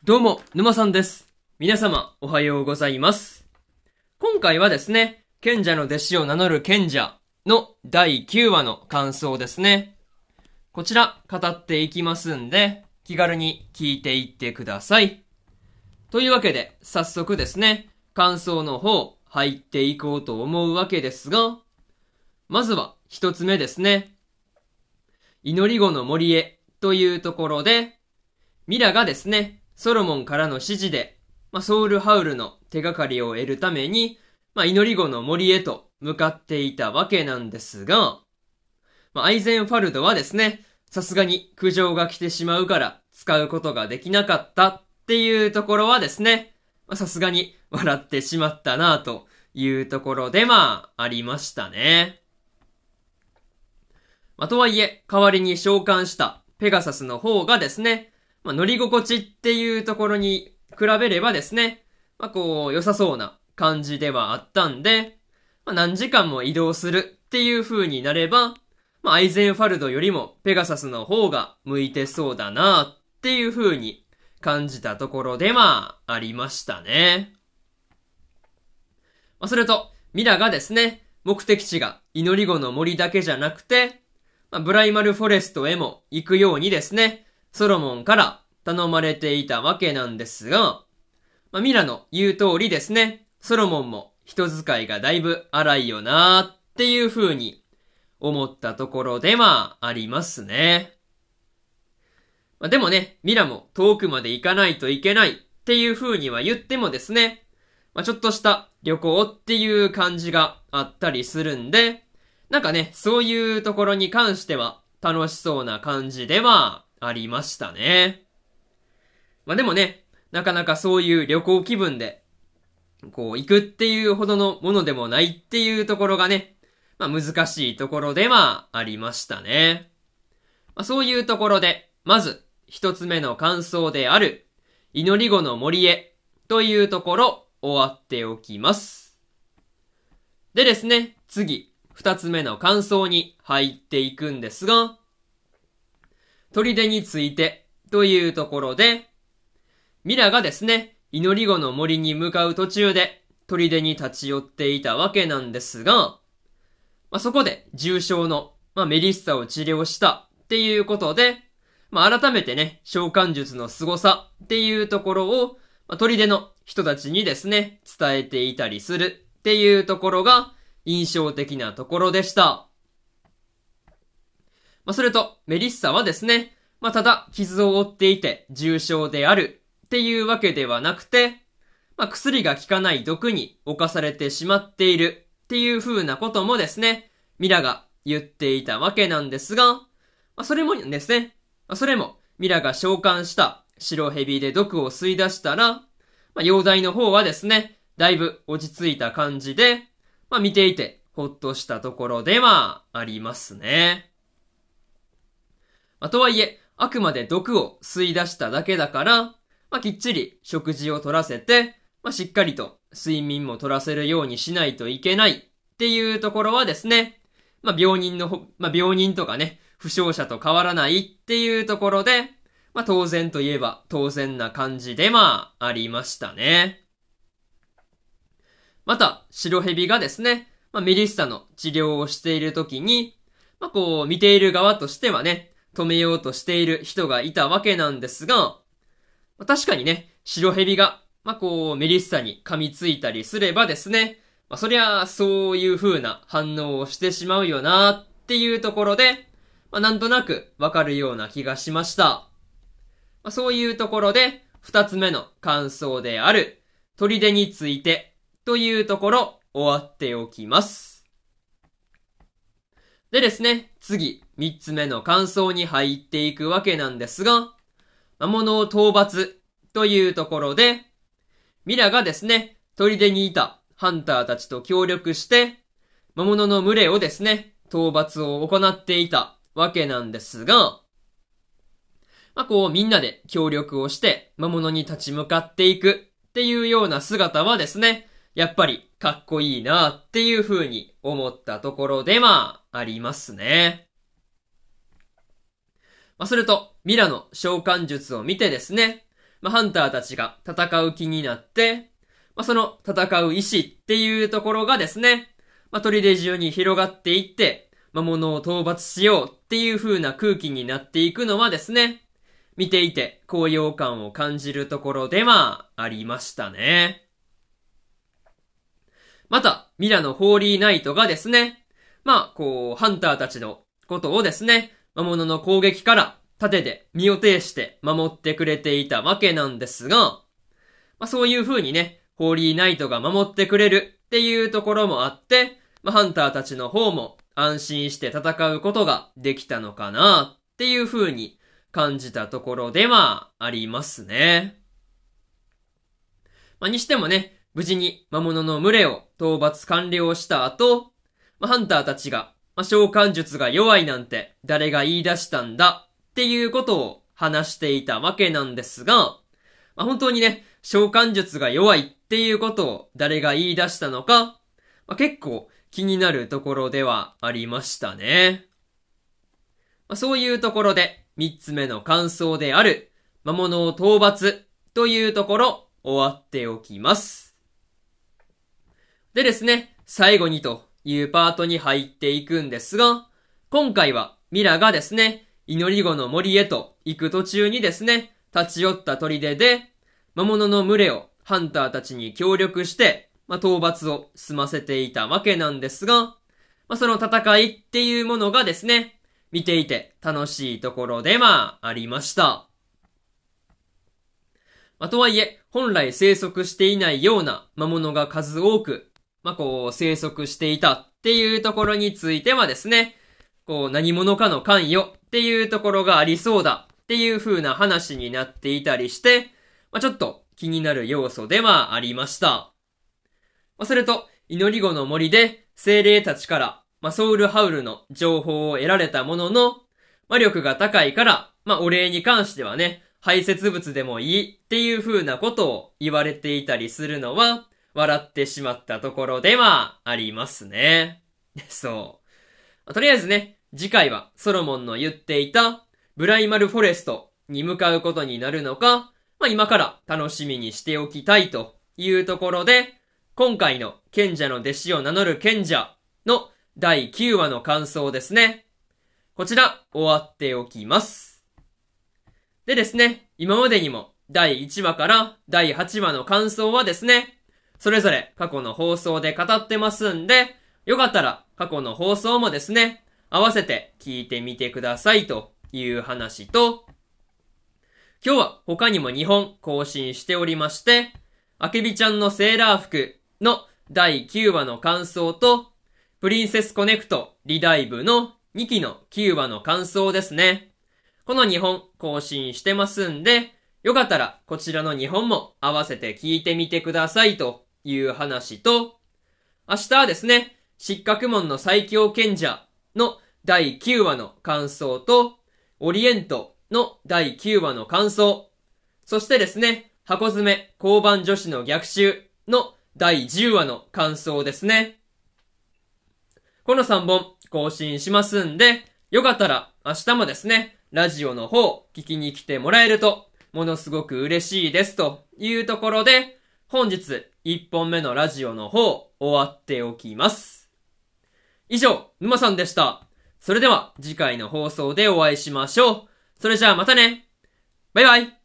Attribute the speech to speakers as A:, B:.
A: どうも、沼さんです。皆様、おはようございます。今回はですね、賢者の弟子を名乗る賢者の第9話の感想ですね。こちら、語っていきますんで、気軽に聞いていってください。というわけで、早速ですね、感想の方、入っていこうと思うわけですが、まずは、一つ目ですね。祈り子の森へというところで、ミラがですね、ソロモンからの指示で、ソウルハウルの手がかりを得るために、祈り子の森へと向かっていたわけなんですが、アイゼンファルドはですね、さすがに苦情が来てしまうから使うことができなかったっていうところはですね、さすがに笑ってしまったなというところでありましたね。とはいえ、代わりに召喚したペガサスの方がですね、乗り心地っていうところに比べればですね、良さそうな感じではあったんで、何時間も移動するっていう風になれば、アイゼンファルドよりもペガサスの方が向いてそうだなっていう風に感じたところでありましたね。それと、ミラがですね、目的地が祈り子の森だけじゃなくて、ブライマルフォレストへも行くようにですね、ソロモンから頼まれていたわけなんですが、ミラの言う通りですね、ソロモンも人使いがだいぶ荒いよなーっていう風に思ったところでありますね。でもね、ミラも遠くまで行かないといけないっていう風には言ってもですね、ちょっとした旅行っていう感じがあったりするんで、なんかね、そういうところに関しては楽しそうな感じでありましたね。でもね、なかなかそういう旅行気分で、行くっていうほどのものでもないっていうところがね、難しいところでありましたね。そういうところで、まず、一つ目の感想である、祈り子の森へというところ、終わっておきます。でですね、次、二つ目の感想に入っていくんですが、砦についてというところで、ミラがですね、祈り子の森に向かう途中で砦に立ち寄っていたわけなんですが、そこで重傷の、メリッサを治療したっていうことで、改めてね、召喚術の凄さっていうところを、砦の人たちにですね、伝えていたりするっていうところが印象的なところでした。それと、メリッサはですね、ただ傷を負っていて重傷であるっていうわけではなくて、薬が効かない毒に侵されてしまっているっていう風なこともですね、ミラが言っていたわけなんですが、それもですね、それもミラが召喚した白蛇で毒を吸い出したら、容体の方はですね、だいぶ落ち着いた感じで、見ていてほっとしたところでありますね。とはいえ、あくまで毒を吸い出しただけだから、きっちり食事を取らせて、しっかりと睡眠も取らせるようにしないといけないっていうところはですね、病人とかね、負傷者と変わらないっていうところで、当然といえば当然な感じでありましたね。また、白蛇がですね、メリッサの治療をしている時に、見ている側としてはね、止めようとしている人がいたわけなんですが、確かにね、白蛇が、メリッサに噛みついたりすればですね、そりゃ、そういう風な反応をしてしまうよなっていうところで、なんとなくわかるような気がしました。そういうところで、二つ目の感想である、砦についてというところ、終わっておきます。でですね、次、三つ目の感想に入っていくわけなんですが、魔物を討伐というところで、ミラがですね、砦にいたハンターたちと協力して、魔物の群れをですね、討伐を行っていたわけなんですが、みんなで協力をして魔物に立ち向かっていくっていうような姿はですね、やっぱりかっこいいなっていう風に思ったところでありますね。それと、ミラの召喚術を見てですね、 ハンターたちが戦う気になって、その戦う意志っていうところがですね、砦中に広がっていって、魔物を討伐しようっていう風な空気になっていくのはですね、見ていて高揚感を感じるところでありましたね。また、ミラのホーリーナイトがですね、ハンターたちのことをですね、魔物の攻撃から盾で身を挺して守ってくれていたわけなんですが、そういう風にね、ホーリーナイトが守ってくれるっていうところもあって、ハンターたちの方も安心して戦うことができたのかなっていう風に感じたところでありますね。にしてもね、無事に魔物の群れを討伐完了した後、ハンターたちが、召喚術が弱いなんて誰が言い出したんだっていうことを話していたわけなんですが、本当にね、召喚術が弱いっていうことを誰が言い出したのか、結構気になるところではありましたね。そういうところで3つ目の感想である魔物を討伐というところ終わっておきます。でですね、最後にというパートに入っていくんですが、今回はミラがですね、祈り子の森へと行く途中にですね、立ち寄った砦で、魔物の群れをハンターたちに協力して、討伐を済ませていたわけなんですが、その戦いっていうものがですね、見ていて楽しいところでありました。とはいえ、本来生息していないような魔物が数多く、生息していたっていうところについてはですね、何者かの関与っていうところがありそうだっていう風な話になっていたりして、ちょっと気になる要素ではありました。それと、祈り子の森で精霊たちから、ソウルハウルの情報を得られたものの、魔力が高いから、お礼に関してはね、排泄物でもいいっていう風なことを言われていたりするのは、笑ってしまったところではありますね。そう。とりあえずね、次回はソロモンの言っていたブライマルフォレストに向かうことになるのか、今から楽しみにしておきたいというところで、今回の賢者の弟子を名乗る賢者の第9話の感想ですね。こちら終わっておきます。でですね、今までにも第1話から第8話の感想はですね、それぞれ過去の放送で語ってますんで、よかったら過去の放送もですね、合わせて聞いてみてくださいという話と、今日は他にも2本更新しておりまして、あけびちゃんのセーラー服の第9話の感想と、プリンセスコネクトリダイブの2期の9話の感想ですね。この2本更新してますんで、よかったらこちらの2本も合わせて聞いてみてくださいという話と、明日はですね、失格門の最強賢者の第9話の感想と、オリエントの第9話の感想、そしてですね、箱詰め交番女子の逆襲の第10話の感想ですね。この3本更新しますんで、よかったら明日もですね、ラジオの方聞きに来てもらえると、ものすごく嬉しいですというところで、本日1本目のラジオの方終わっておきます。以上、沼さんでした。それでは次回の放送でお会いしましょう。それじゃあまたね。バイバイ。